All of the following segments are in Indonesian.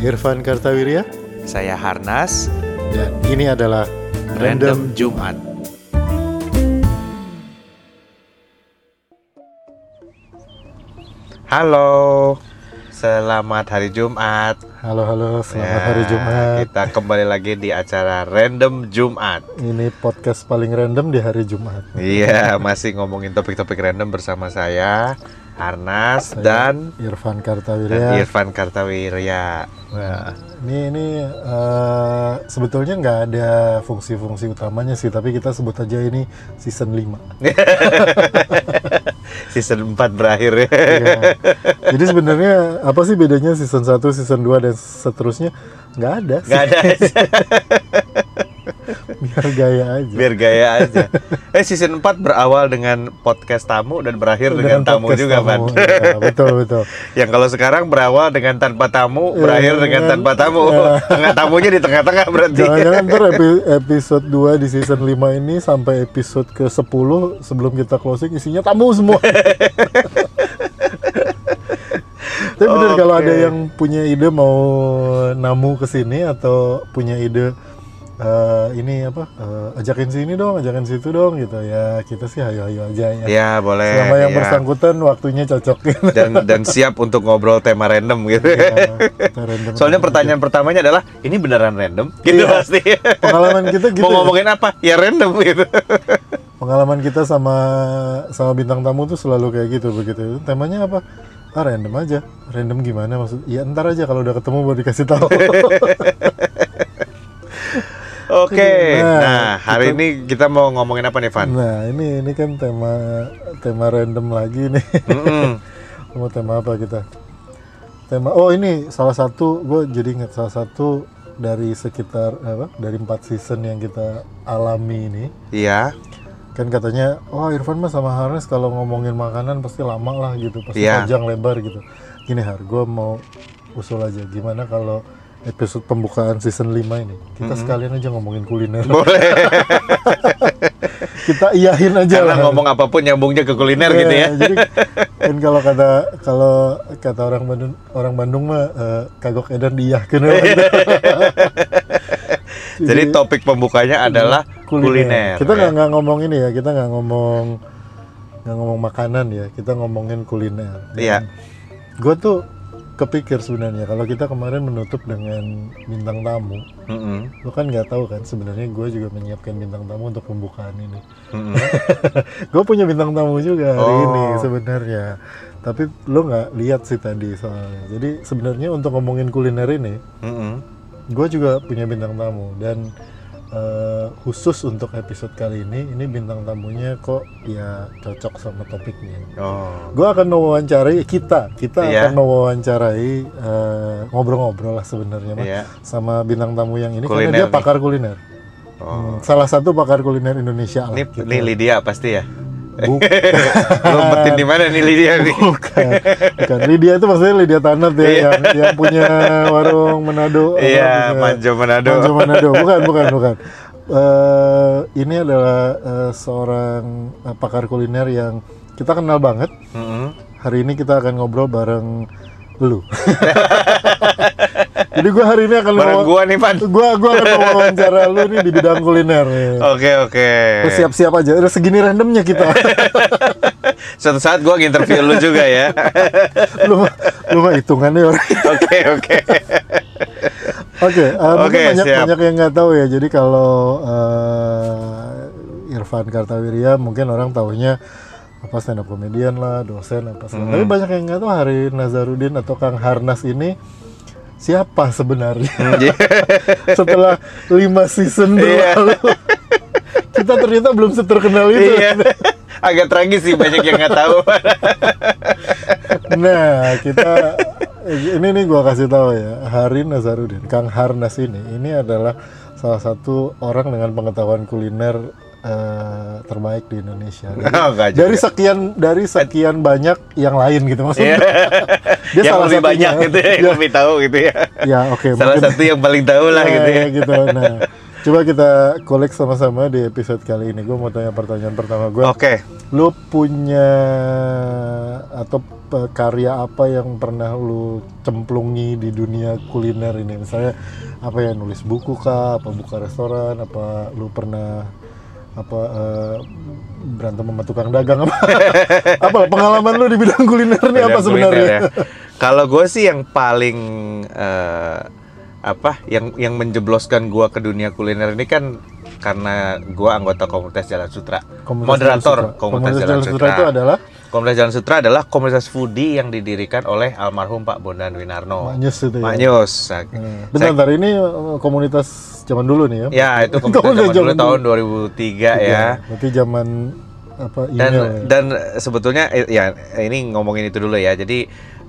Irfan Kartawirya. Saya Harnas. Dan ini adalah Random Jumat. Halo, selamat hari Jumat. Halo, selamat hari Jumat. Kita kembali lagi di acara Random Jumat. Ini podcast paling random di hari Jumat. Iya, masih ngomongin topik-topik random bersama saya Harnas dan Irfan Kartawirya. Nah, ini sebetulnya nggak ada fungsi-fungsi utamanya sih, tapi kita sebut aja ini season 5. Season 4 berakhir ya. Iya. Jadi sebenarnya apa sih bedanya season 1, season 2 dan seterusnya? Nggak ada. Biar gaya aja. Season 4 berawal dengan podcast tamu dan berakhir dengan tamu juga, Pan. Ya, betul. Yang kalau sekarang berawal dengan tanpa tamu, berakhir dengan tanpa tamu. Tengah tamunya di tengah-tengah berarti. Jangan-jangan ntar episode 2 di season 5 ini sampai episode ke-10 sebelum kita closing isinya tamu semua. Tapi bener kalau ada yang punya ide mau namu ke sini atau punya ide ajakin sini dong, ajakin situ dong gitu ya, kita sih hayo-hayo aja ya. Ya boleh. Selama yang bersangkutan waktunya cocok. Dan siap untuk ngobrol tema random gitu. Ya, random. Soalnya pertanyaan pertamanya adalah ini beneran random gitu pasti. Pengalaman kita gitu. Mau ngomongin apa? Ya random gitu. Pengalaman kita sama bintang tamu tuh selalu kayak gitu begitu. Temanya apa? Random aja. Random gimana maksud? Ya ntar aja kalau udah ketemu baru dikasih tahu. Oke, nah hari ini kita mau ngomongin apa nih, Van? Nah ini kan tema random lagi nih. Mau tema apa kita? Ini salah satu, gue jadi ingat salah satu dari sekitar dari 4 season yang kita alami ini. Iya. Kan katanya, Irfan mah sama Harnes kalau ngomongin makanan pasti lama lah gitu, pasti panjang lebar gitu. Gini gue mau usul aja, gimana kalau episode pembukaan season 5 ini kita sekalian aja ngomongin kuliner. Boleh. Kita iyahin aja. Karena ngomong apapun nyambungnya ke kuliner gitu ya. Jadi kan kalau kata orang Bandung mah kagok edan diiyahkeun. Jadi topik pembukanya adalah kuliner. Kita nggak ngomong ini ya, kita nggak ngomong makanan ya, kita ngomongin kuliner. Iya. Gue tuh kepikir sebenarnya kalau kita kemarin menutup dengan bintang tamu, lo kan nggak tahu kan sebenarnya gue juga menyiapkan bintang tamu untuk pembukaan ini. Gue punya bintang tamu juga hari ini sebenarnya, tapi lo nggak lihat sih tadi soalnya. Jadi sebenarnya untuk ngomongin kuliner ini, gue juga punya bintang tamu dan khusus untuk episode kali ini bintang tamunya kok ya cocok sama topiknya. Gue akan mewawancarai kita akan mewawancarai ngobrol-ngobrol lah sebenarnya sama bintang tamu yang ini kuliner, karena dia pakar kuliner. Salah satu pakar kuliner Indonesia lah. Ini Lydia pasti ya. Lompetin di mana nih Lydia nih? Bukan Lydia itu maksudnya Lydia Tanat ya, yang punya warung Manado. Iya, Manjo Manado. Bukan. Ini adalah seorang pakar kuliner yang kita kenal banget. Hari ini kita akan ngobrol bareng lu. Jadi gue hari ini akan gue akan wawancara lu nih di bidang kuliner. Oke. Siap-siap aja. Udah segini randomnya kita. Suatu saat gue nginterview lu juga ya. lu mah hitungannya. Oke, mungkin banyak yang nggak tahu ya. Jadi kalau Irfan Kartawirya mungkin orang taunya apa stand up comedian lah, dosen apa segala. Tapi banyak yang nggak tahu Hari Nazarudin atau Kang Harnas ini siapa sebenarnya. Setelah 5 season berlalu, kita ternyata belum seterkenal itu. Agak tragis sih, banyak yang nggak tahu. Nah, kita ini nih gue kasih tahu ya, Hari Nazarudin, Kang Harnas ini adalah salah satu orang dengan pengetahuan kuliner terbaik di Indonesia. Dari sekian banyak yang lain gitu maksudnya. Dia yang lebih banyak gitu ya, yang lebih tahu gitu ya. Ya oke. Salah satu yang paling tahu lah gitu ya. Gitu. Nah, coba kita kolek sama-sama di episode kali ini. Gue mau tanya pertanyaan pertama gue. Oke. Lu punya atau karya apa yang pernah lu cemplungi di dunia kuliner ini? Misalnya apa ya, nulis buku kah, apa buka restoran, apa lu pernah berantem sama tukang dagang apa? Apa pengalaman lu di bidang kuliner ini apa sebenarnya? Ya. Kalau gue sih yang paling yang menjebloskan gue ke dunia kuliner ini kan karena gue anggota komunitas Jalan Sutra, moderator komunitas Jalan Sutra. Itu adalah Komunitas Jalan Sutra adalah komunitas foodie yang didirikan oleh almarhum Pak Bondan Winarno. Maknyus itu ya? Maknyus. Bentar, ini komunitas zaman dulu nih ya? Ya, itu komunitas zaman dulu tahun 2003 ya. Berarti zaman email dan sebetulnya ya ini ngomongin itu dulu ya. Jadi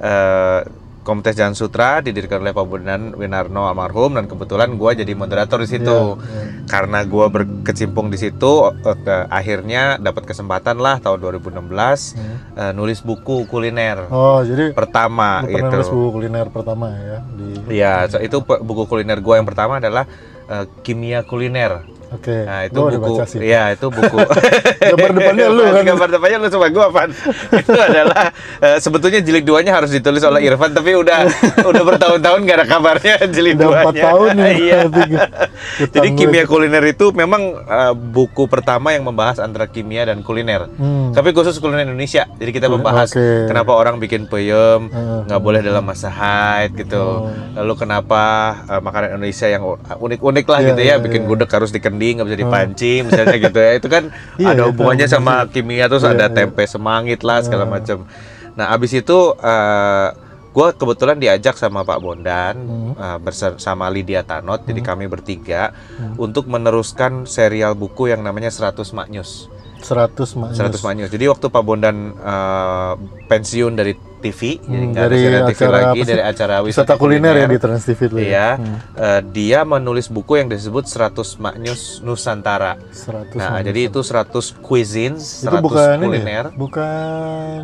Komunitas Jalan Sutra didirikan oleh Pak Bondan Winarno almarhum, dan kebetulan gue jadi moderator di situ. Karena gue berkecimpung di situ, akhirnya dapat kesempatan lah tahun 2016 nulis buku kuliner. Oh, jadi pertama gitu. Nulis buku kuliner pertama ya? Iya, itu buku kuliner gue yang pertama adalah Kimia Kuliner. Oke. Nah, itu buku. Iya, itu buku. Gambar depannya lu kan. Gambar depannya lu sama gua, Van. Itu adalah sebetulnya jilid 2-nya harus ditulis oleh Irfan, tapi udah bertahun-tahun enggak ada kabarnya jilid 2-nya. Udah 4 tahun nih. Iya. Jadi Kimia Kuliner itu memang buku pertama yang membahas antara kimia dan kuliner. Tapi khusus kuliner Indonesia. Jadi kita membahas kenapa orang bikin peyem nggak boleh dalam masa haid gitu. Lalu kenapa makanan Indonesia yang unik-unik lah gitu ya, bikin gudeg harus dikendi, nggak bisa dipancing misalnya gitu ya. Itu kan ada hubungannya sama kimia, terus ada tempe semangit lah segala macam. Nah, abis itu gue kebetulan diajak sama Pak Bondan bersama Lydia Tanot, jadi kami bertiga untuk meneruskan serial buku yang namanya 100 Maknyus. 100 Maknyus. Jadi waktu Pak Bondan pensiun dari TV, jadi nggak ada dari TV lagi, dari acara wisata kuliner ya di Trans TV itu. Iya, dia menulis buku yang disebut 100 Maknyus Nusantara. 100 nah, Maknyus. jadi itu 100 cuisines, 100 itu bukan kuliner. Bukan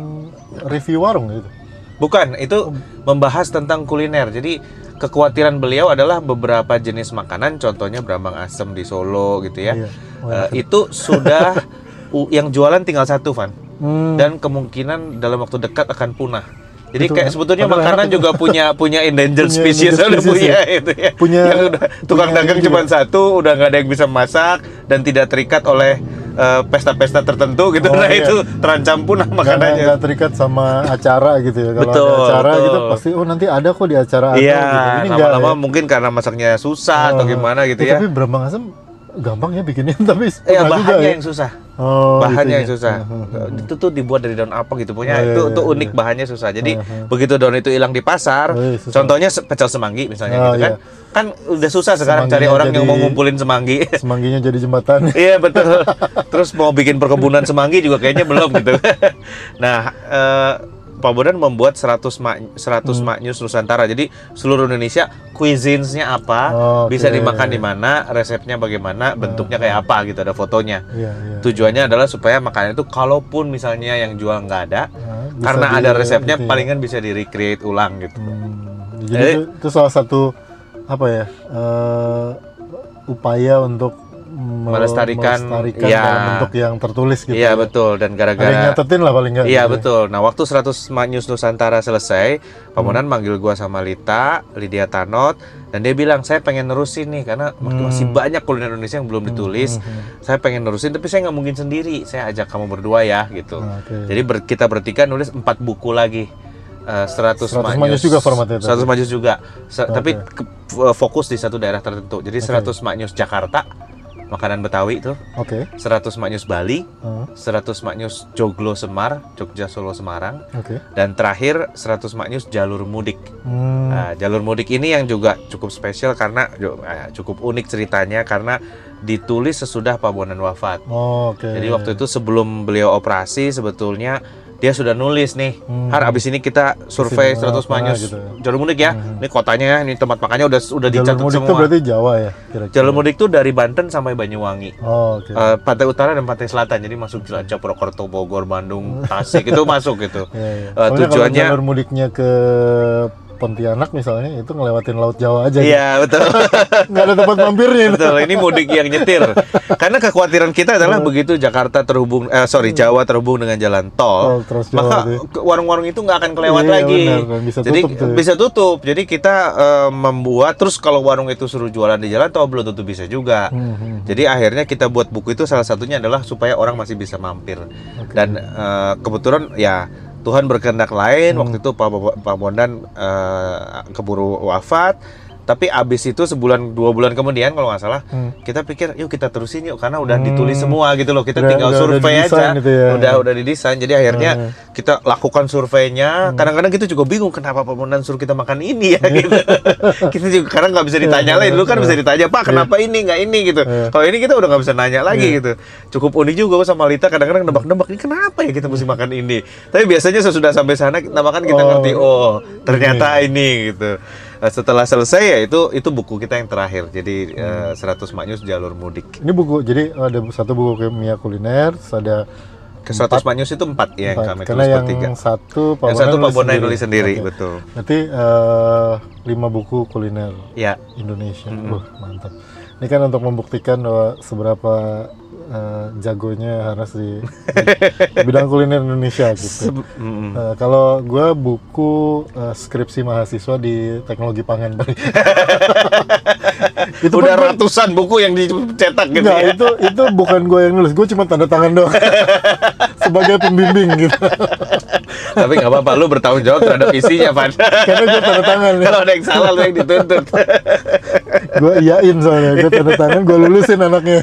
review warung gitu. Bukan, itu membahas tentang kuliner. Jadi kekhawatiran beliau adalah beberapa jenis makanan, contohnya brambang asem di Solo gitu ya. Itu sudah yang jualan tinggal satu, Van. Dan kemungkinan dalam waktu dekat akan punah. Jadi kayak sebetulnya makanan juga punya endangered species, udah punya itu ya. Yang udah tukang dagang cuma satu, udah nggak ada yang bisa masak dan tidak terikat oleh pesta-pesta tertentu gitu. Itu terancam punah makanannya. Nggak terikat sama acara gitu ya. Kalau ada acara gitu pasti nanti ada kok di acara iya, gitu. Ini lama-lama mungkin karena masaknya susah atau gimana gitu ya. Tapi brambang asem gampang ya bikinnya, tapi bahannya yang susah. Bahannya yang susah. Itu tuh dibuat dari daun apa gitu punya. Itu unik, bahannya susah. Jadi begitu daun itu hilang di pasar, contohnya pecel semanggi misalnya gitu kan. Kan udah susah sekarang cari orang yang mau ngumpulin semanggi. Semangginya jadi jembatan. Iya, betul. Terus mau bikin perkebunan semanggi juga kayaknya belum gitu. Nah, Pak Bondan membuat 100 Maknyus Nusantara. Jadi seluruh Indonesia cuisines-nya apa, bisa dimakan di mana, resepnya bagaimana, bentuknya kayak apa gitu, ada fotonya. Tujuannya adalah supaya makanan itu kalaupun misalnya yang jual nggak ada, karena ada resepnya, palingan bisa di-recreate ulang gitu. Jadi itu salah satu upaya untuk melestarikan dalam bentuk yang tertulis gitu. Iya, betul. Dan gara-gara ada nyatetin lah paling nggak. Iya, betul. Nah, waktu 100 Maknyus Nusantara selesai, Pak Bondan manggil gua sama Lydia Tanot, dan dia bilang, "Saya pengen nerusin nih karena masih banyak kuliner Indonesia yang belum ditulis. Saya pengen nerusin, tapi saya nggak mungkin sendiri. Saya ajak kamu berdua ya," gitu. Jadi kita bertiga nulis 4 buku lagi. 100 Maknyus juga formatnya. 100 Maknyus juga. Tapi fokus di satu daerah tertentu. Jadi 100 Maknyus Jakarta, makanan Betawi itu. 100 Maknyus Bali, 100 Maknyus Joglo Semar, Jogja Solo Semarang. Dan terakhir 100 Maknyus Jalur Mudik. Nah, Jalur Mudik ini yang juga cukup spesial karena cukup unik ceritanya karena ditulis sesudah Pak Bondan wafat. Jadi waktu itu sebelum beliau operasi sebetulnya dia sudah nulis nih, abis ini kita survei 100 Maknyus gitu. Jalur Mudik ya. Ini kotanya, ini tempat makannya udah dicatat semua. Jalur Mudik itu berarti Jawa ya? Kira-kira. Jalur Mudik itu dari Banten sampai Banyuwangi. Pantai Utara dan Pantai Selatan. Jadi masuk Cilacap, Purwokerto, Bogor, Bandung, Tasik itu masuk gitu. Tujuannya Jalur Mudiknya ke Pontianak misalnya itu ngelewatin Laut Jawa aja. Iya, betul. Nggak ada tempat mampirnya. Betul, ini mudik yang nyetir. Karena kekhawatiran kita adalah begitu Jakarta Jawa terhubung dengan jalan tol, maka warung-warung itu nggak akan kelewat lagi. Benar, jadi bisa tutup. Jadi kita membuat, terus kalau warung itu suruh jualan di jalan tol belum tentu bisa juga. Jadi akhirnya kita buat buku itu salah satunya adalah supaya orang masih bisa mampir. Dan kebetulan ya Tuhan berkehendak lain. Waktu itu Pak Bondan keburu wafat. Tapi abis itu 1-2 bulan kemudian kalau nggak salah, kita pikir yuk kita terusin yuk, karena udah ditulis semua gitu loh. Kita tinggal survei aja, gitu ya. udah didesain. Jadi akhirnya kita lakukan surveinya. Kadang-kadang kita juga bingung kenapa Pak Bondan suruh kita makan ini ya gitu. Kita juga karena nggak bisa ditanya lagi. Dulu kan bisa ditanya, Pak kenapa ini nggak ini gitu. Kalau ini kita udah nggak bisa nanya lagi gitu. Cukup unik juga sama Lita, kadang-kadang nebak-nebak ini kenapa ya kita mesti makan ini. Tapi biasanya sesudah sampai sana kita makan, kita ngerti, oh ternyata ini gitu. Setelah selesai ya itu buku kita yang terakhir. Jadi 100 Maknyus Jalur Mudik. Ini buku, jadi ada satu buku Kimia Kuliner, ada ke 100 Maknyus itu 4 ya yang kami tulis yang bertiga. Satu Pak Bondan nulis sendiri, betul. Berarti 5 buku kuliner Indonesia. Mantap. Ini kan untuk membuktikan bahwa seberapa jagonya Harnas di bidang kuliner Indonesia gitu. Kalau gue buku skripsi mahasiswa di teknologi pangan. Itu udah ratusan buku yang dicetak gitu. Enggak, ya? itu bukan gue yang nulis, gue cuma tanda tangan doang sebagai pembimbing gitu. Tapi nggak apa-apa, lu bertanggung jawab terhadap isinya, Pan. Karena gue tanda tangan. Kalau ada yang salah, lu yang dituntut. Gue iyain soalnya, gue tanda tangan, gue lulusin anaknya.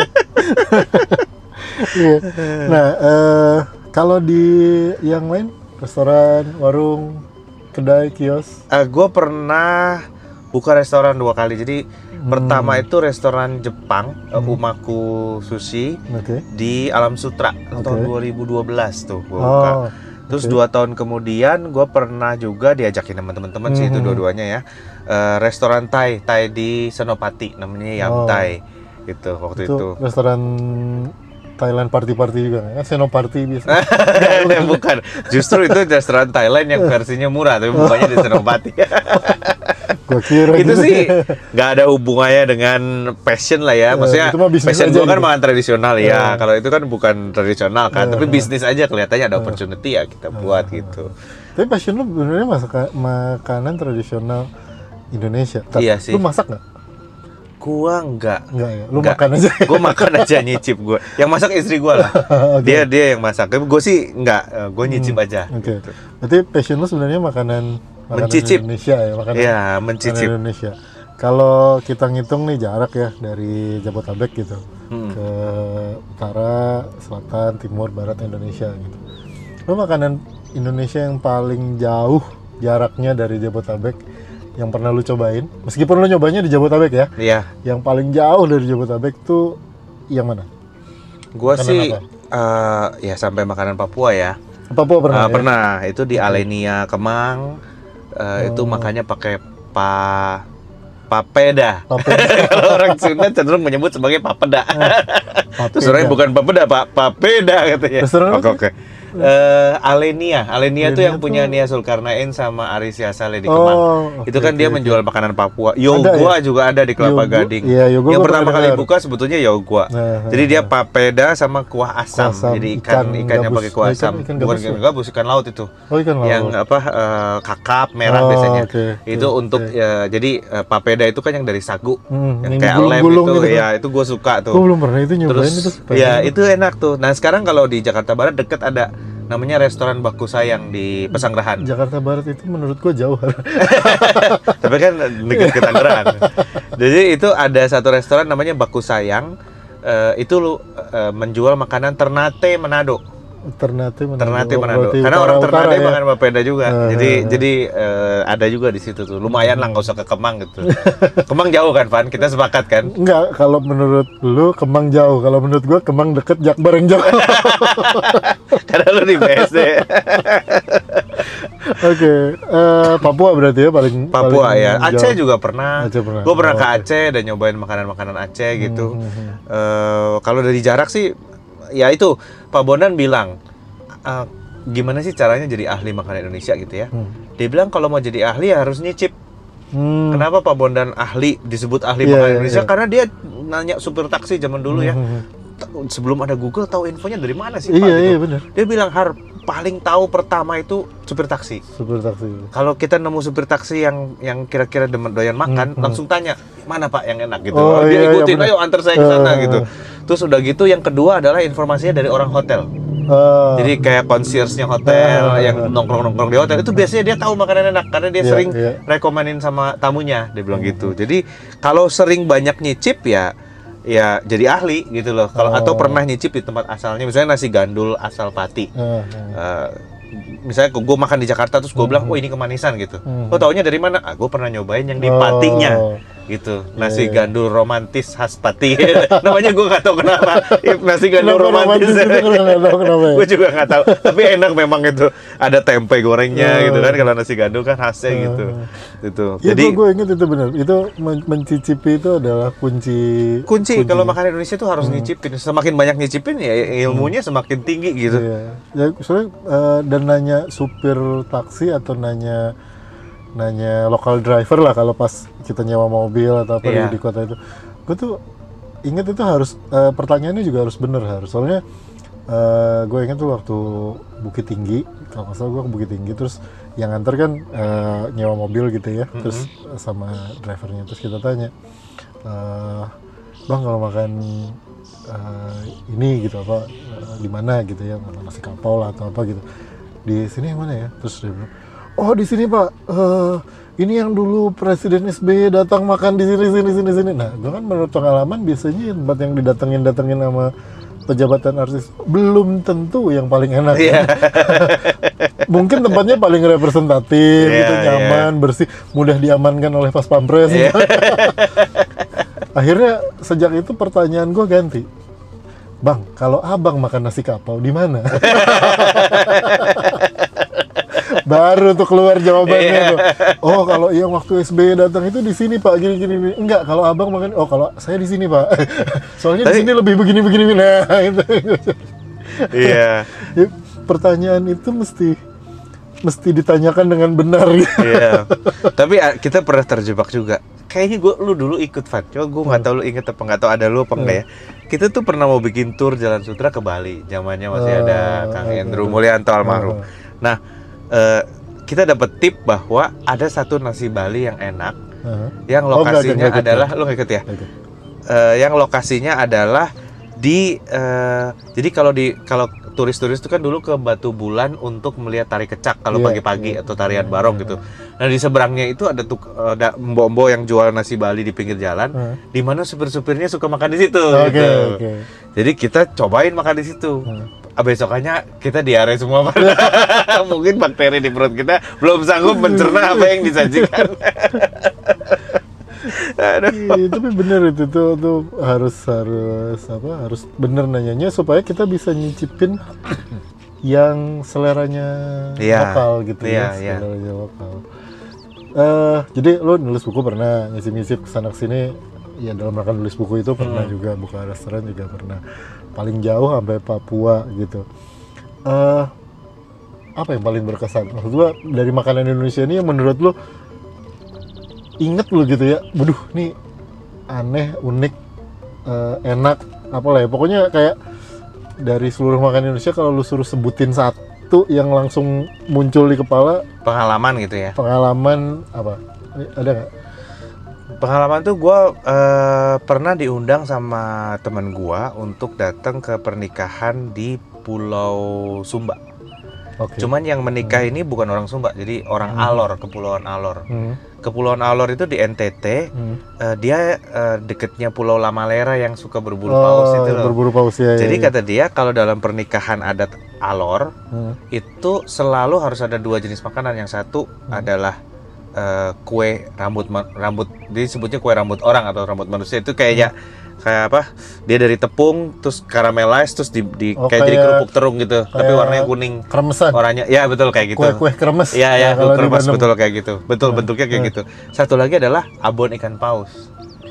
Nah, kalau di yang lain, restoran, warung, kedai, kios? Gue pernah buka restoran 2 kali. Jadi pertama itu restoran Jepang, Umaku Sushi, di Alam Sutra tahun 2012 tuh gue buka. Terus 2 tahun kemudian gue pernah juga diajakin sama teman-teman sih, itu dua-duanya ya, restoran Thai di Senopati, namanya Yam Thai gitu waktu itu. Restoran Thailand party juga kan? Senoparty biasa. Bukan, justru itu restoran Thailand yang versinya murah tapi bukanya di Senopati. Gua kira itu sih nggak ada hubungannya dengan passion lah ya, maksudnya passion gue kan makan tradisional ya. Kalau itu kan bukan tradisional kan, tapi bisnis aja kelihatannya ada opportunity ya kita buat gitu. Tapi passion lu benernya makanan tradisional Indonesia. Iya sih. Lu masak nggak? Gua enggak ya. Lu makan aja. Gua makan aja, nyicip gua. Yang masak istri gua lah. Dia yang masak. Tapi gua sih enggak, gua nyicip aja. Gitu. Berarti passion lu sebenarnya makanan mencicip Indonesia ya, mencicip. Makanan Indonesia. Kalau kita ngitung nih jarak ya dari Jabodetabek gitu ke utara, selatan, timur, barat Indonesia gitu. Lu makanan Indonesia yang paling jauh jaraknya dari Jabodetabek yang pernah lu cobain, meskipun lu nyobanya di Jabodetabek ya? Iya. Yang paling jauh dari Jabodetabek tuh yang mana? Gua makanan sih ya sampai makanan Papua ya. Papua pernah? Pernah. Itu di Alenia Kemang. Itu makannya pakai papeda. Kalau orang Sunda cenderung menyebut sebagai papeda. Itu sebenarnya bukan papeda, Pak. Papeda katanya. Oke. Alenia itu yang punya Nia Zulkarnain sama Ari Siasale di Kemang. Itu kan dia menjual makanan Papua. Yogua juga ada di Kelapa Gading. Yang pertama kali buka sebetulnya Yogua. Jadi dia papeda sama kuah asam. Jadi ikannya pakai kuah asam. Bukan ikan gabus, ikan laut itu. Yang kakap merah biasanya. Itu untuk jadi papeda itu kan yang dari sagu. Yang kayak lem itu ya, itu gue suka tuh. Gue belum pernah itu nyobain itu. Ya, itu enak tuh. Nah, sekarang kalau di Jakarta Barat deket ada namanya restoran Baku Sayang di Pesanggerahan. Jakarta Barat itu menurut gua jauh. Tapi kan dekat ke Tangerang. Jadi itu ada satu restoran namanya Baku Sayang. Itu menjual makanan Ternate Manado. Ternate Manado. Karena orang Ternate ya? Makan papeda juga. Jadi ada juga di situ tuh. Lumayan lah, nggak usah ke Kemang gitu. Kemang jauh kan, Van? Kita sepakat kan? Enggak, kalau menurut lu Kemang jauh. Kalau menurut gua Kemang deket, Jakbar yang jauh. Karena lu di BSD. Oke, Papua berarti ya Papua ya. Aceh juga pernah. Gue pernah ke Aceh dan nyobain makanan Aceh gitu. Kalau dari jarak sih, ya itu Pak Bondan bilang gimana sih caranya jadi ahli makanan Indonesia gitu ya. Dia bilang kalau mau jadi ahli ya harus nyicip. Kenapa Pak Bondan ahli disebut ahli makanan Indonesia? Karena dia nanya supir taksi zaman dulu ya. Sebelum ada Google, tahu infonya dari mana sih Pak? Iya, benar. Dia bilang paling tahu pertama itu supir taksi. Supir taksi. Kalau kita nemu supir taksi yang kira-kira doyan makan, langsung tanya mana Pak yang enak gitu. Dia ikutin, ayo antar saya ke sana gitu. Terus udah gitu yang kedua adalah informasinya dari orang hotel. Jadi kayak concierge-nya hotel yang nongkrong-nongkrong di hotel itu biasanya dia tahu makanan enak karena dia sering rekomenin sama tamunya. Dia bilang gitu. Jadi kalau sering banyak nyicip ya jadi ahli gitu loh. Kalau atau pernah nyicip di tempat asalnya, misalnya nasi gandul asal Pati. Misalnya gue makan di Jakarta terus gue bilang, oh ini kemanisan gitu. Lo taunya dari mana? Gue pernah nyobain yang di Patinya gitu. Nasi gandul romantis khas Pati. Namanya gue nggak tahu kenapa. Nasi gandul romantis. Gue juga nggak tahu. Tapi enak memang itu. Ada tempe gorengnya gitu kan. Kalau nasi gandul kan khasnya gitu. Itu. Ya, jadi gue ingat itu benar. Itu mencicipi itu adalah kunci. Kalau makan Indonesia tuh harus nyicipin. Semakin banyak nyicipin ya ilmunya semakin tinggi gitu. Ya soalnya dan nanya supir taksi atau nanya local driver lah kalau pas kita nyewa mobil atau apa di kota itu, gue tuh inget itu harus pertanyaannya juga harus bener soalnya gue inget tuh waktu Bukit Tinggi, kalau nggak salah gue ke Bukit Tinggi, terus yang nganter kan nyewa mobil gitu ya, terus sama drivernya, terus kita tanya, bang kalau makan ini gitu apa di mana gitu ya, nasi kapau lah atau apa gitu, di sini yang mana ya? Terus dia bilang, oh di sini Pak, ini yang dulu Presiden SBY datang makan di sini. Nah, gue kan menurut pengalaman biasanya tempat yang didatengin sama pejabatan artis belum tentu yang paling enak. Mungkin tempatnya paling representatif, gitu, nyaman, bersih, mudah diamankan oleh pas pampres. Akhirnya sejak itu pertanyaan gue ganti, bang, kalau abang makan nasi kapau di mana? Baru tuh keluar jawabannya tuh. Oh, kalau yang waktu SBY datang itu di sini Pak, gini. Enggak, kalau abang makan, oh kalau saya di sini Pak. Soalnya di sini lebih begini. Nah, itu. Iya. Pertanyaan itu mesti ditanyakan dengan benar. Iya. Tapi kita pernah terjebak juga. Kayaknya lu dulu ikut Van. Coba gue nggak tahu lu inget apa nggak tahu ada lu apa enggak ya. Kita tuh pernah mau bikin tour Jalan Sutra ke Bali. Zamannya masih ada Kang Endro Mulyanto almarhum. Nah, kita dapat tip bahwa ada satu nasi Bali yang enak, yang lokasinya adalah lo ikut ya, yang lokasinya adalah di jadi kalau turis-turis itu kan dulu ke Batu Bulan untuk melihat tari kecak kalau pagi-pagi atau tarian barong gitu. Nah di seberangnya itu ada mbok-mbok yang jual nasi Bali di pinggir jalan, di mana supir-supirnya suka makan di situ. Gitu. Jadi kita cobain makan di situ. Besokannya kita diare semua. Mungkin bakteri di perut kita belum sanggup mencerna apa yang disajikan. Tapi bener itu tuh harus bener nanyanya supaya kita bisa nyicipin yang seleranya lokal gitu seleranya lokal. Jadi lo nulis buku pernah, nyicip kesana kesini ya, dalam rangka nulis buku itu pernah juga, buka restoran juga pernah, paling jauh sampai Papua gitu. Apa yang paling berkesan? Maksud gua dari makanan Indonesia ini yang menurut lo inget lo gitu ya, waduh nih aneh, unik, enak, apalah ya, pokoknya kayak dari seluruh makanan Indonesia kalau lu suruh sebutin satu yang langsung muncul di kepala, pengalaman gitu ya. Pengalaman apa? Ada nggak? Pengalaman tuh gue pernah diundang sama teman gue untuk datang ke pernikahan di Pulau Sumba. Cuman yang menikah ini bukan orang Sumba, jadi orang Alor, Kepulauan Alor. Kepulauan Alor itu di NTT, dia deketnya Pulau Lamalera yang suka berburu paus itu loh. Berburu paus ya. Jadi kata dia kalau dalam pernikahan adat Alor itu selalu harus ada dua jenis makanan. Yang satu adalah kue rambut, disebutnya kue rambut orang atau rambut manusia. Itu kayak apa? Dia dari tepung terus caramelize terus kayak jadi kerupuk terung gitu, tapi warnanya kuning. Kremesan. Warnanya ya betul kayak gitu. Kue kremes. Iya, kue kremes betul kayak gitu. Betul bentuknya kayak gitu. Satu lagi adalah abon ikan paus.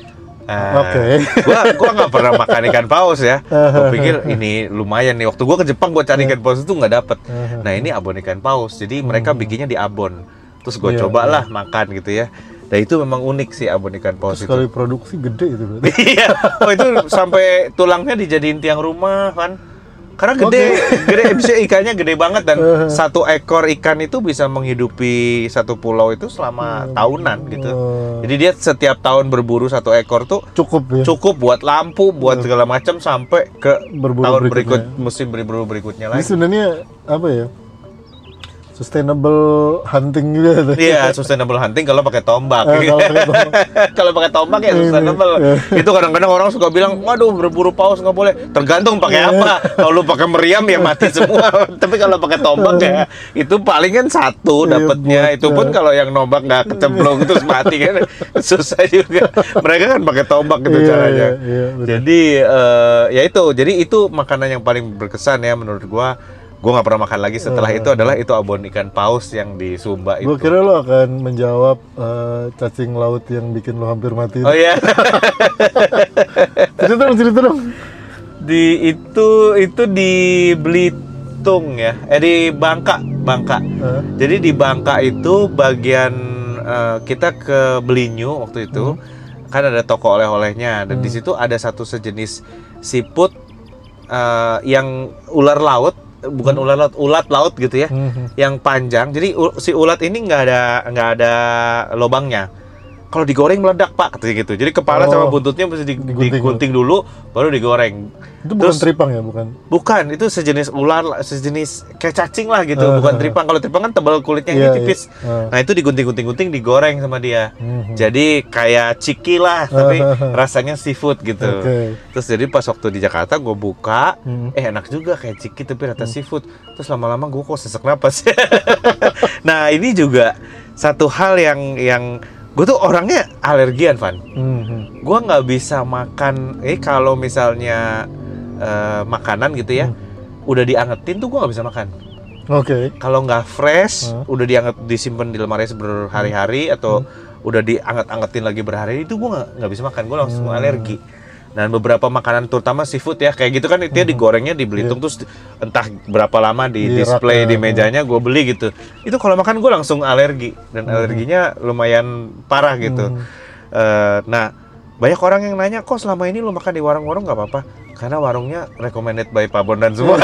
Oke. Gua nggak pernah makan ikan paus ya. Gue pikir ini lumayan nih. Waktu gua ke Jepang gua cari ikan paus itu nggak dapet. Nah ini abon ikan paus. Jadi mereka bikinnya di abon. Terus gue cobalah makan gitu ya. Nah itu memang unik sih abon ikan paus itu. Sekali produksi gede itu berarti. Iya. Oh itu sampai tulangnya dijadiin tiang rumah kan. Karena gede, bisa ikannya gede banget dan satu ekor ikan itu bisa menghidupi satu pulau itu selama tahunan gitu. Jadi dia setiap tahun berburu satu ekor tuh cukup buat lampu, buat segala macam sampai ke tahun musim berburu berikutnya lagi. Ini sebenarnya apa ya? Sustainable hunting juga. Iya, sustainable hunting kalau pakai tombak. Kalau pakai tombak ya sustainable. Itu kadang-kadang orang suka bilang, waduh berburu paus nggak boleh. Tergantung pakai apa. Kalau lu pakai meriam ya mati semua. Tapi kalau pakai tombak ya itu palingan satu dapatnya. Itu pun kalau yang nombak nggak kecemplung terus mati kan susah juga. Mereka kan pakai tombak gitu caranya. Jadi ya itu. Jadi itu makanan yang paling berkesan ya menurut gua. Gue nggak pernah makan lagi setelah itu adalah itu abon ikan paus yang di Sumba itu. Gue kira lo akan menjawab cacing laut yang bikin lo hampir mati. Oh iya. cerita dong. Itu di Belitung ya. Di Bangka. Jadi di Bangka itu bagian kita ke Belinyu waktu itu kan ada toko oleh-olehnya dan di situ ada satu sejenis siput yang ular laut. Bukan ulat laut gitu ya, yang panjang. Jadi si ulat ini nggak ada lubangnya. Kalau digoreng meledak pak, katanya gitu. Jadi kepala sama buntutnya mesti digunting dulu, baru digoreng. Itu bukan tripang ya, bukan? Bukan, itu sejenis ular, sejenis kayak cacing lah gitu, bukan tripang. Kalau tripang kan tebal kulitnya ini tipis. Nah itu digunting, digoreng sama dia. Jadi kayak ciki lah, tapi rasanya seafood gitu. Terus jadi pas waktu di Jakarta gue buka, enak juga kayak ciki tapi rata seafood. Terus lama-lama gue kok sesak napas. Nah ini juga satu hal yang gue tuh orangnya alergian, Van. Gue nggak bisa makan. Kalau misalnya makanan gitu ya, udah diangetin tuh gue nggak bisa makan. Oke. Kalau nggak fresh, udah disimpan di lemari berhari-hari atau udah dianget-angetin lagi berhari itu gue nggak bisa makan. Gue langsung alergi. Dan beberapa makanan terutama seafood ya kayak gitu kan itu digorengnya di Belitung terus entah berapa lama di display di mejanya gue beli gitu. Itu kalau makan gue langsung alergi dan alerginya lumayan parah gitu. Nah banyak orang yang nanya kok selama ini lo makan di warung-warung nggak apa-apa karena warungnya recommended by Pak Bondan semua.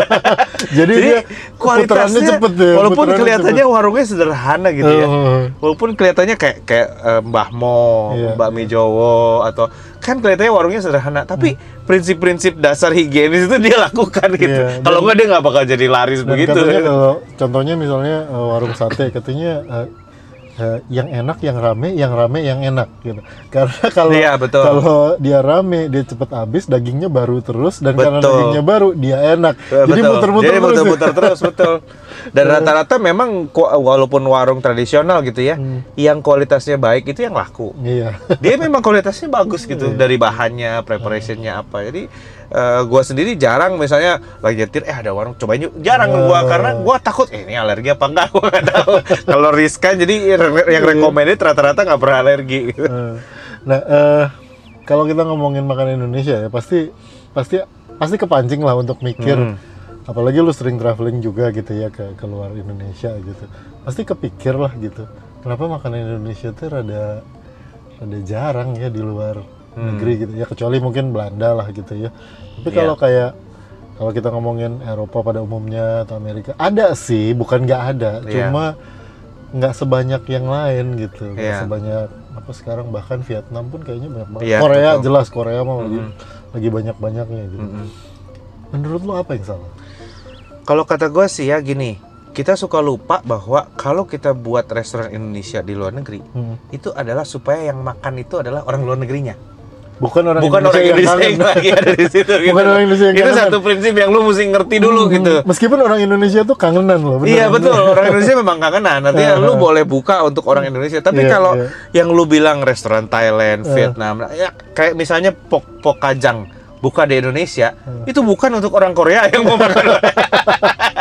Jadi kualitasnya cepet ya, walaupun kelihatannya warungnya sederhana gitu ya, walaupun kelihatannya kayak Mbah Mo, Mbak Mi Jowo atau kan kelihatannya warungnya sederhana, tapi prinsip-prinsip dasar higienis itu dia lakukan gitu. Kalau nggak dia nggak bakal jadi laris begitu. Contohnya misalnya warung sate katanya yang enak, yang rame, yang enak gitu. Karena kalau dia rame, dia cepet habis, dagingnya baru terus dan karena dagingnya baru, dia enak. Jadi muter-muter terus. Betul. Dan rata-rata memang walaupun warung tradisional gitu ya, yang kualitasnya baik itu yang laku. Iya. Dia memang kualitasnya bagus gitu dari bahannya, preparationnya apa. Jadi gua sendiri jarang misalnya lagi nyetir ada warung cobain yuk, jarang gua karena gua takut ini alergi apa enggak, gua nggak tahu. Kalau riskan jadi yang recommended rata-rata nggak pernah alergi gitu. Nah kalau kita ngomongin makanan Indonesia ya pasti kepancing lah untuk mikir, apalagi lu sering traveling juga gitu ya ke luar Indonesia gitu, pasti kepikir lah gitu kenapa makanan Indonesia tuh rada jarang ya di luar negeri gitu ya, kecuali mungkin Belanda lah gitu ya. Tapi kalau kita ngomongin Eropa pada umumnya atau Amerika ada sih, bukan nggak ada, cuma nggak sebanyak yang lain gitu, nggak sebanyak apa sekarang, bahkan Vietnam pun kayaknya banyak banget. Korea betul. Jelas Korea mah lagi banyak-banyaknya gitu. Menurut lo apa yang salah? Kalau kata gue sih ya gini, kita suka lupa bahwa kalau kita buat restoran Indonesia di luar negeri, itu adalah supaya yang makan itu adalah orang luar negerinya. Bukan orang Indonesia yang lagi ada di situ. Gitu. Bukan orang Indonesia yang itu kangenan. Satu prinsip yang lu mesti ngerti dulu gitu. Meskipun orang Indonesia tuh kangenan loh. Iya betul, orang Indonesia memang kangenan. Artinya lu boleh buka untuk orang Indonesia. Tapi kalau yang lu bilang restoran Thailand, Vietnam, ya kayak misalnya Pok Kajang buka di Indonesia, itu bukan untuk orang Korea yang mau makan.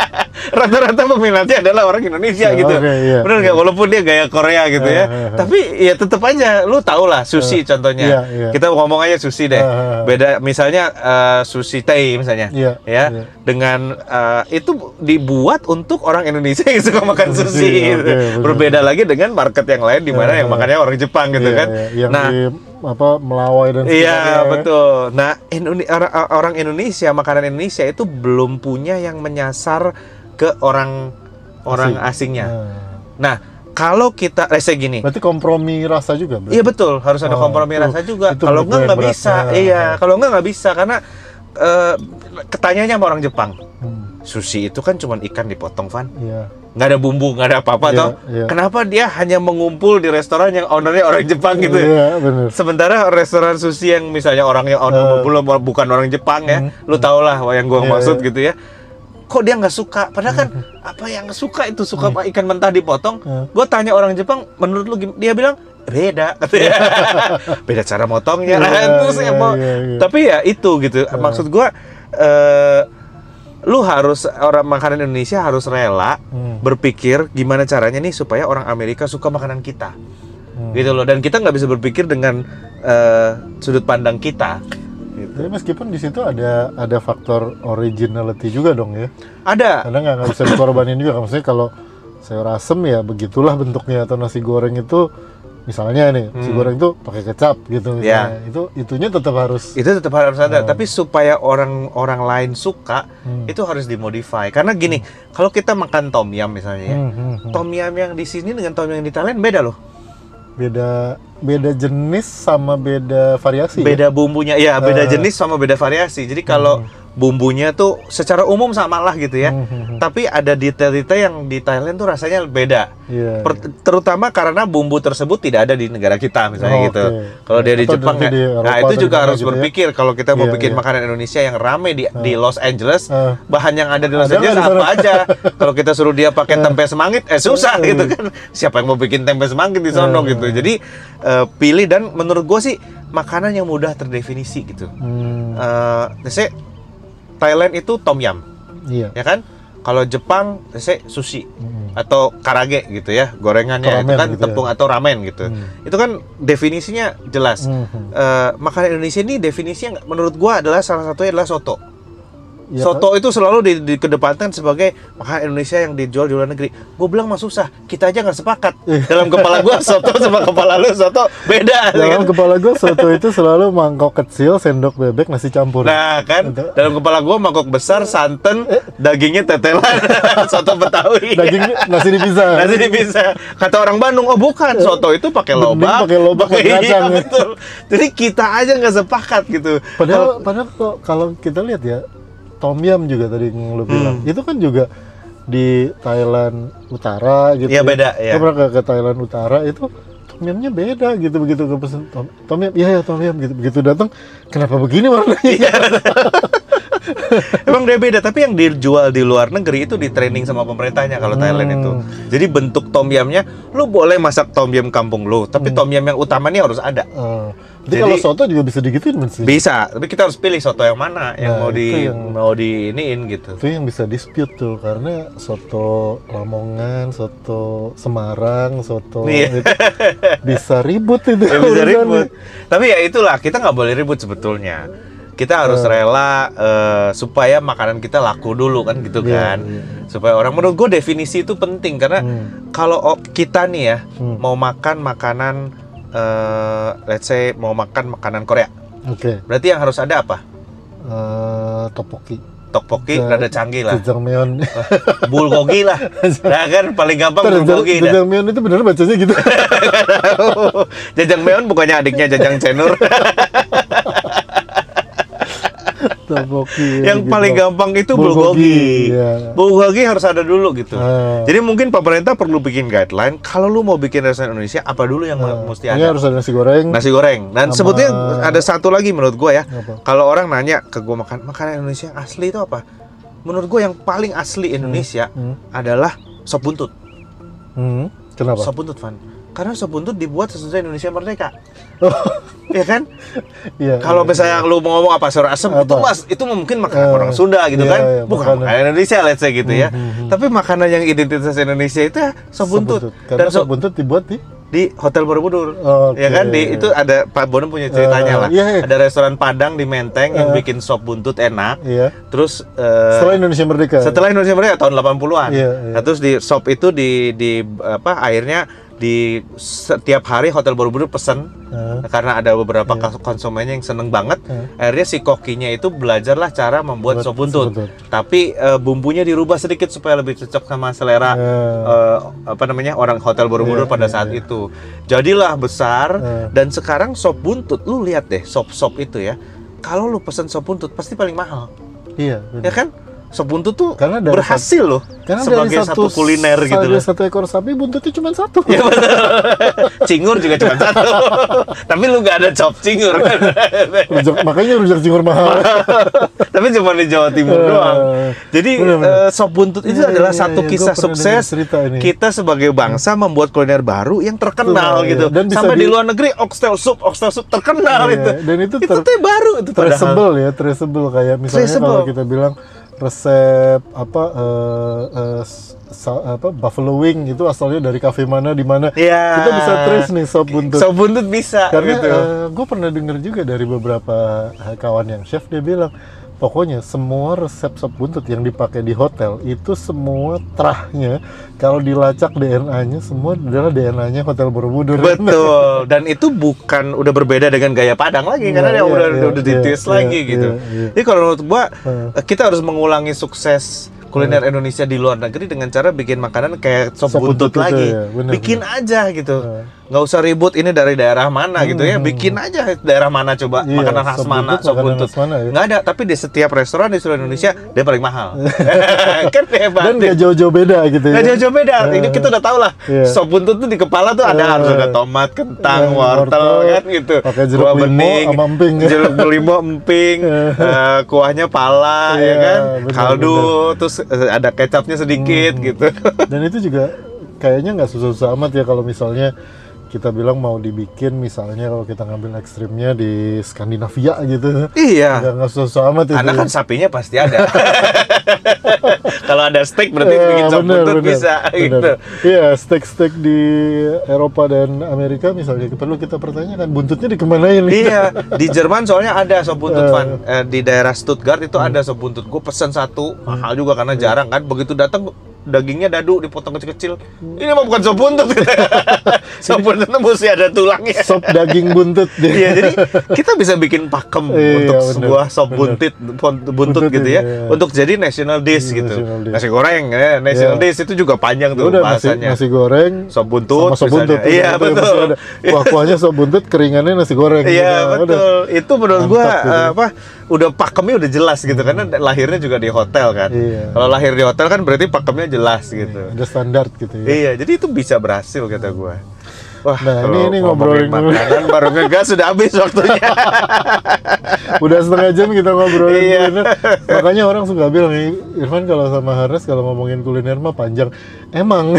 rata-rata peminatnya adalah orang Indonesia gitu. Iya. Bener nggak? Walaupun dia gaya Korea gitu ya. Tapi ya tetap aja, lu tau lah sushi contohnya. Kita ngomong aja sushi deh. Beda misalnya sushi tei misalnya. Ya. Dengan itu dibuat untuk orang Indonesia yang suka makan sushi. Gitu. Berbeda lagi dengan market yang lain di mana yang makannya orang Jepang gitu kan. Melawai dan sebagainya. Iya, betul. Nah, orang Indonesia, makanan Indonesia itu belum punya yang menyasar ke orang asingnya. Nah, kalau kita gini. Berarti kompromi rasa juga. Iya betul, harus ada kompromi rasa juga. Kalau nggak bisa. Iya, kalau nggak bisa karena ketanyanya sama orang Jepang. Sushi itu kan cuma ikan dipotong, Van. Iya. Nggak ada bumbu, nggak ada apa-apa toh. Kenapa dia hanya mengumpul di restoran yang ownernya orang Jepang gitu ya? Iya, bener. Sementara restoran sushi yang misalnya orangnya bukan orang Jepang ya, lu tau lah yang gua maksud gitu ya. Kok dia nggak suka? Padahal kan apa yang suka itu suka ikan mentah dipotong. Gua tanya orang Jepang, menurut lu dia bilang beda katanya. Beda cara motongnya. Tapi ya itu gitu. Maksud gua lu harus, orang makanan Indonesia harus rela berpikir gimana caranya nih supaya orang Amerika suka makanan kita, gitu loh. Dan kita nggak bisa berpikir dengan sudut pandang kita. Gitu. Tapi meskipun di situ ada faktor originality juga dong ya. Ada. Karena nggak bisa dikorbanin juga. Maksudnya kalau sayur asem ya begitulah bentuknya, atau nasi goreng itu misalnya nih nasi goreng itu pakai kecap gitu misalnya. Itunya tetap harus ada. Tapi supaya orang lain suka itu harus dimodify. Karena gini, kalau kita makan tom yum misalnya ya, tom yum yang di sini dengan tom yum yang di Thailand beda loh. Beda jenis sama beda variasi. Beda bumbunya ya, beda jenis sama beda variasi. Jadi kalau bumbunya tuh secara umum sama lah gitu ya. Tapi ada detail-detail yang di Thailand tuh rasanya beda. Terutama karena bumbu tersebut tidak ada di negara kita misalnya gitu. Kalau dia di Jepang ya. Nah, itu juga harus gitu berpikir kalau kita mau bikin makanan Indonesia yang rame di Los Angeles, bahan yang ada di Los Angeles apa aja. Kalau kita suruh dia pakai tempe semangit, susah gitu kan. Siapa yang mau bikin tempe semangit di sono gitu. Jadi pilih, dan menurut gue sih makanan yang mudah terdefinisi gitu. Thailand itu tom yum, ya kan? Kalau Jepang, sushi atau karage gitu ya, gorengannya ramen, itu kan gitu tepung ya, atau ramen gitu. Itu kan definisinya jelas. Makanan Indonesia ini definisinya menurut gua adalah salah satunya adalah soto. Ya, soto itu selalu dikedepankan sebagai makanan Indonesia yang dijual di luar negeri. Gue bilang mah susah, kita aja nggak sepakat. Dalam kepala gue soto sama kepala lu soto beda. Dalam kepala gue soto itu selalu mangkok kecil, sendok bebek, nasi campur. Nah kan, dalam kepala gue mangkok besar, santan, dagingnya tetelan, soto Betawi. Dagingnya nasi dipisah. Nasi dipisah. Kata orang Bandung, oh bukan, soto itu pakai lobak, pakai kacang. Betul. Jadi kita aja nggak sepakat gitu. Padahal kalau kita lihat ya, tom yum juga tadi yang lu bilang, itu kan juga di Thailand Utara gitu. Iya beda ya. Kita pernah ke Thailand Utara, itu tom yumnya beda gitu, begitu ke pesen tom yum, iya ya tom yum gitu, begitu datang, kenapa begini warnanya? Emang dia beda, tapi yang dijual di luar negeri itu di training sama pemerintahnya kalau Thailand itu. Jadi bentuk tom yumnya, lu boleh masak tom yum kampung lu, tapi tom yum yang utamanya harus ada. Jadi kalau soto juga bisa digituin mesti. Bisa, tapi kita harus pilih soto yang mana yang mau diiniin gitu. Itu yang bisa dispute tuh, karena soto Lamongan, soto Semarang, soto itu bisa ribut itu. Ya, bisa ribut. Tapi ya itulah, kita nggak boleh ribut sebetulnya. Kita harus rela supaya makanan kita laku dulu kan gitu kan. Supaya orang, menurut gue definisi itu penting karena kalau kita nih ya mau makan makanan let's say mau makan makanan Korea. Berarti yang harus ada apa? Tteokbokki rada canggih lah. Jjajangmyeon. Bulgogi lah. Nah kan paling gampang bulgogi dah. Jjajangmyeon itu benar bacanya gitu. Jjajangmyeon bukannya adiknya Jajang Cenur. Tteokbokki. Yang paling gampang itu bulgogi. Bulgogi harus ada dulu gitu. Jadi mungkin pemerintah perlu bikin guideline. Kalau lu mau bikin restoran Indonesia, apa dulu yang mesti ada? Ini harus ada nasi goreng. Nasi goreng. Dan sebetulnya ada satu lagi menurut gue ya. Kalau orang nanya ke gue makanan Indonesia yang asli itu apa? Menurut gue yang paling asli Indonesia adalah sop buntut. Kenapa? Sop buntut, Van. Karena sop buntut dibuat sesudah Indonesia merdeka. Oh. Iya kan? Iya. Kalau misalnya lu mau ngomong apa sayur asem, itu mungkin makanan orang Sunda gitu kan. Iya, Bukan makanan Indonesia, let's say gitu ya. Tapi makanan yang identitas Indonesia itu ya sop buntut. Karena sop buntut dibuat di Hotel Borobudur. Okay. Ya kan, itu ada Pak Bonem punya ceritanya lah. Iya. Ada restoran Padang di Menteng yang bikin sop buntut enak. Iya. Terus setelah Indonesia Merdeka. Setelah Indonesia Merdeka tahun 80-an. Iya. Nah, terus di sop itu di akhirnya di setiap hari Hotel Borobudur pesen karena ada beberapa konsumennya yang seneng banget. Akhirnya si kokinya itu belajarlah cara membuat sop buntut. Tapi bumbunya dirubah sedikit supaya lebih cocok sama selera orang Hotel Borobudur pada saat itu. Jadilah besar dan sekarang sop buntut, lu lihat deh sop itu ya. Kalau lu pesen sop buntut pasti paling mahal. Iya, benar. Ya kan? Sop buntut tuh karena berhasil loh sebagai satu kuliner gitu loh. Satu ekor sapi buntutnya cuma satu. Ya betul. Cingur juga cuma satu. Tapi lu nggak ada cop cingur kan? Makanya rujak cingur mahal. Tapi cuma di Jawa Timur doang. Jadi sop buntut itu adalah satu kisah sukses kita sebagai bangsa membuat kuliner baru yang terkenal gitu. Dan sampai di luar negeri oxtail soup terkenal itu. Dan itu baru itu traceable kayak misalnya kalau kita bilang resep buffalo wing itu asalnya dari kafe mana di mana. Kita bisa trace nih sop buntut. Sop buntut bisa. Karena gitu. Gue pernah dengar juga dari beberapa kawan yang chef, dia bilang pokoknya semua resep sop buntut yang dipakai di hotel itu semua terahnya kalau dilacak DNA-nya semua adalah DNA-nya Hotel Borobudur. Betul. Dan itu udah berbeda dengan gaya Padang lagi karena dia udah ditwist lagi gitu. Jadi kalau menurut gua kita harus mengulangi sukses kuliner Indonesia di luar negeri dengan cara bikin makanan kayak sop buntut lagi. Bikin aja gitu. Nggak usah ribut ini dari daerah mana gitu ya. Bikin aja daerah mana coba makanan khas mana sop buntut. Nggak ada, tapi di setiap restoran di seluruh Indonesia dia paling mahal. Kan hebat. Dan nggak jauh-jauh beda gitu ya. Nggak jauh-jauh beda. Ini kita udah tahu lah. Sop buntut tuh di kepala tuh harus ada tomat, kentang, wortel kan gitu. Pakai jeruk limau sama emping. Jeruk limau, emping, kuahnya pala ya kan. Kaldu, terus ada kecapnya sedikit gitu. Dan itu juga kayaknya nggak susah-susah amat ya kalau misalnya kita bilang mau dibikin misalnya kalau kita ngambil ekstrimnya di Skandinavia gitu. Iya. Nggak susah-susah amat itu. Karena kan sapinya pasti ada. Kalau ada steak berarti bikin sop buntut bisa gitu. Iya, steak di Eropa dan Amerika misalnya perlu kita pertanyakan buntutnya dikemanain. Iya, di Jerman soalnya ada sop buntut di daerah Stuttgart itu ada sop buntut. Gue pesen satu, mahal juga karena jarang kan. Begitu datang dagingnya dadu dipotong kecil-kecil. Ini mah bukan sop buntut. Sop buntut mesti ada tulangnya. Sop daging buntut. Iya, jadi kita bisa bikin pakem untuk sebuah sop buntut gitu ya. Untuk jadi national dish gitu. Nasi goreng national dish itu juga panjang tuh bahasanya. Nasi goreng sop buntut. Sop buntut. Iya, betul. Kuah-kuahnya sop buntut, keringannya nasi goreng. Iya, betul. Itu menurut gua udah pakemnya udah jelas gitu karena lahirnya juga di hotel kan. Kalau lahir di hotel kan berarti pakemnya jelas gitu. Ada standar gitu ya. Iya, jadi itu bisa berhasil kata gue. Wah, nah ini ngobrolin makanan baru ngegas sudah habis waktunya. Udah setengah jam kita ngobrolin kuliner. Makanya orang suka bilang, Irfan kalau sama Harnes kalau ngomongin kuliner mah panjang. Emang.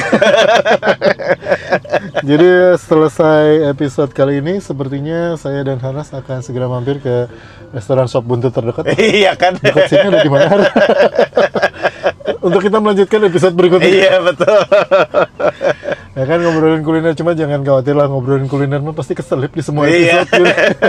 Jadi selesai episode kali ini, sepertinya saya dan Harnes akan segera mampir ke restoran sop buntut terdekat. Iya kan? Dekat sini ada di mana? Untuk kita melanjutkan episode berikutnya. Iya, betul. Ya kan ngobrolin kuliner, cuma jangan khawatir lah, ngobrolin kuliner mah pasti keselip di semua episode.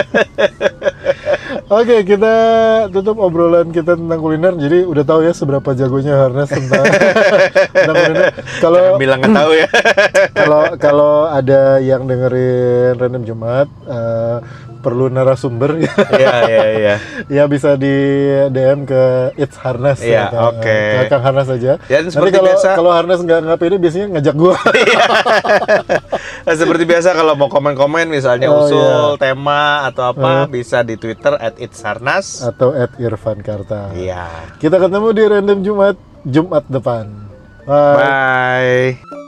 Oke, kita tutup obrolan kita tentang kuliner. Jadi udah tahu ya seberapa jagonya Harnes tentang kuliner. Kalau bilang nggak tahu ya. Kalau ada yang dengerin Random Jumat perlu narasumber. Iya. Ya bisa di DM ke It's Harnes. Iya, oke. Ke Kang Harnes aja. Ya, nanti kalau Harnes nggak pede biasanya ngajak gua. Seperti biasa kalau mau komen-komen misalnya usul tema atau apa bisa di Twitter @itsharnas atau @irfankarta. Iya. Kita ketemu di Random Jumat depan. Bye.